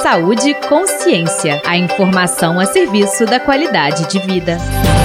Saúde e Consciência. A informação a serviço da qualidade de vida.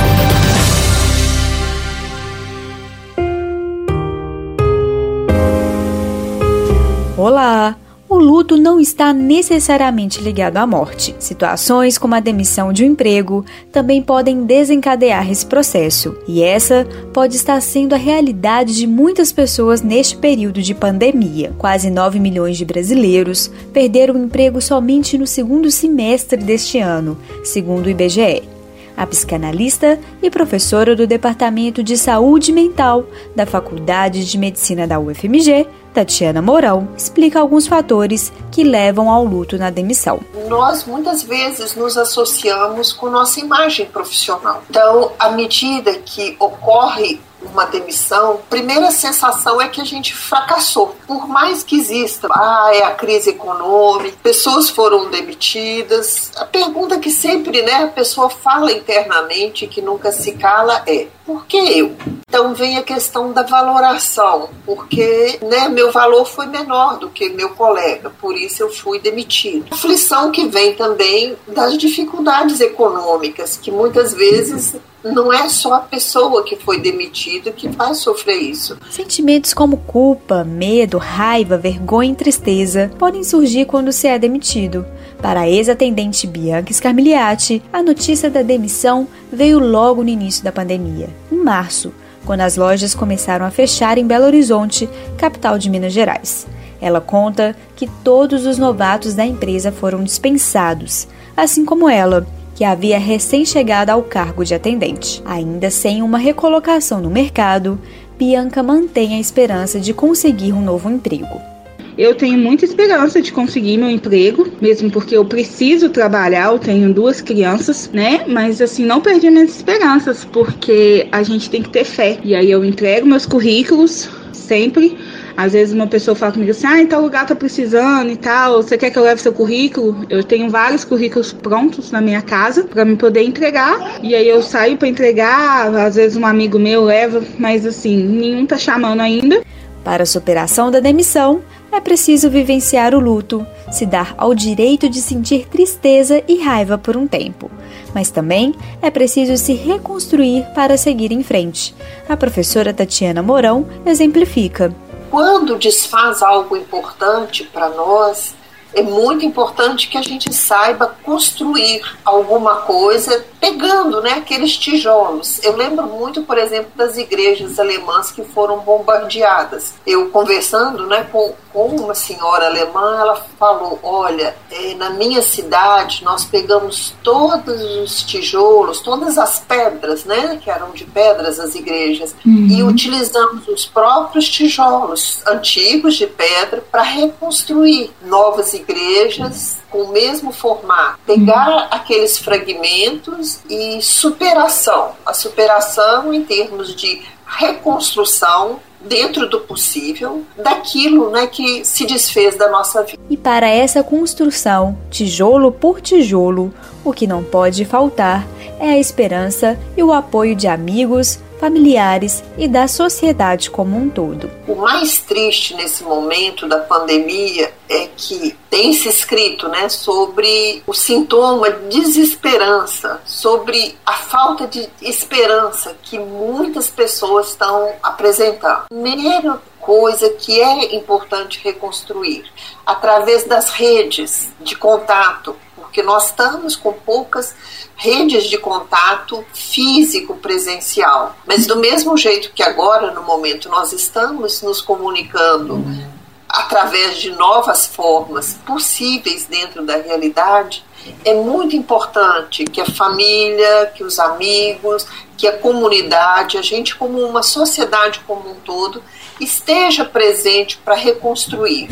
Olá! O luto não está necessariamente ligado à morte. Situações como a demissão de um emprego também podem desencadear esse processo. E essa pode estar sendo a realidade de muitas pessoas neste período de pandemia. Quase 9 milhões de brasileiros perderam o emprego somente no segundo semestre deste ano, segundo o IBGE. A psicanalista e professora do Departamento de Saúde Mental da Faculdade de Medicina da UFMG, Tatiana Mourão, explica alguns fatores que levam ao luto na demissão. Nós muitas vezes nos associamos com nossa imagem profissional. Então, à medida que ocorre uma demissão, a primeira sensação é que a gente fracassou. Por mais que exista, é a crise econômica, pessoas foram demitidas. A pergunta que sempre, a pessoa fala internamente, que nunca se cala, é: por que eu? Então vem a questão da valoração, porque meu valor foi menor do que meu colega, por isso eu fui demitido. A aflição que vem também das dificuldades econômicas, que muitas vezes não é só a pessoa que foi demitida que vai sofrer isso. Sentimentos como culpa, medo, raiva, vergonha e tristeza podem surgir quando se é demitido. Para a ex-atendente Bianca Scarmigliati, a notícia da demissão veio logo no início da pandemia, em março, quando as lojas começaram a fechar em Belo Horizonte, capital de Minas Gerais. Ela conta que todos os novatos da empresa foram dispensados, assim como ela, que havia recém-chegado ao cargo de atendente. Ainda sem uma recolocação no mercado, Bianca mantém a esperança de conseguir um novo emprego. Eu tenho muita esperança de conseguir meu emprego, mesmo porque eu preciso trabalhar, eu tenho 2 crianças, Mas assim, não perdi minhas esperanças, porque a gente tem que ter fé. E aí eu entrego meus currículos sempre. Às vezes uma pessoa fala comigo assim, em tal lugar tá precisando e tal, você quer que eu leve seu currículo? Eu tenho vários currículos prontos na minha casa para me poder entregar. E aí eu saio para entregar, às vezes um amigo meu leva, mas assim, nenhum tá chamando ainda. Para a superação da demissão, é preciso vivenciar o luto, se dar ao direito de sentir tristeza e raiva por um tempo. Mas também é preciso se reconstruir para seguir em frente. A professora Tatiana Mourão exemplifica. Quando desfaz algo importante para nós, é muito importante que a gente saiba construir alguma coisa pegando aqueles tijolos. Eu lembro muito, por exemplo, das igrejas alemãs que foram bombardeadas. Eu conversando com uma senhora alemã, ela falou, olha, na minha cidade nós pegamos todos os tijolos, todas as pedras, que eram de pedras as igrejas, e utilizamos os próprios tijolos antigos de pedra para reconstruir novas igrejas com o mesmo formato. Pegar aqueles fragmentos e superação. A superação em termos de reconstrução dentro do possível, daquilo que se desfez da nossa vida. E para essa construção, tijolo por tijolo, o que não pode faltar é a esperança e o apoio de amigos, familiares e da sociedade como um todo. O mais triste nesse momento da pandemia é que tem se escrito sobre o sintoma de desesperança, sobre a falta de esperança que muitas pessoas estão apresentando. Primeira coisa que é importante reconstruir, através das redes de contato, porque nós estamos com poucas redes de contato físico presencial. Mas do mesmo jeito que agora, no momento, nós estamos nos comunicando através de novas formas possíveis dentro da realidade, é muito importante que a família, que os amigos, que a comunidade, a gente como uma sociedade como um todo, esteja presente para reconstruir.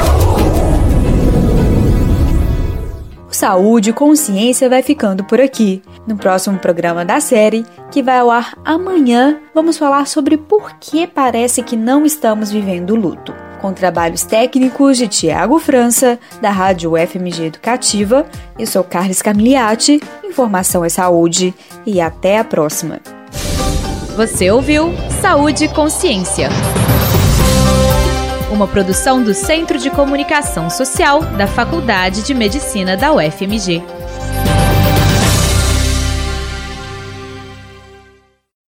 Saúde e Consciência vai ficando por aqui. No próximo programa da série, que vai ao ar amanhã, vamos falar sobre por que parece que não estamos vivendo o luto. Com trabalhos técnicos de Tiago França, da Rádio UFMG Educativa, eu sou Carla Scarmigliati, Informação é Saúde e até a próxima. Você ouviu Saúde e Consciência. uma produção do Centro de Comunicação Social da Faculdade de Medicina da UFMG.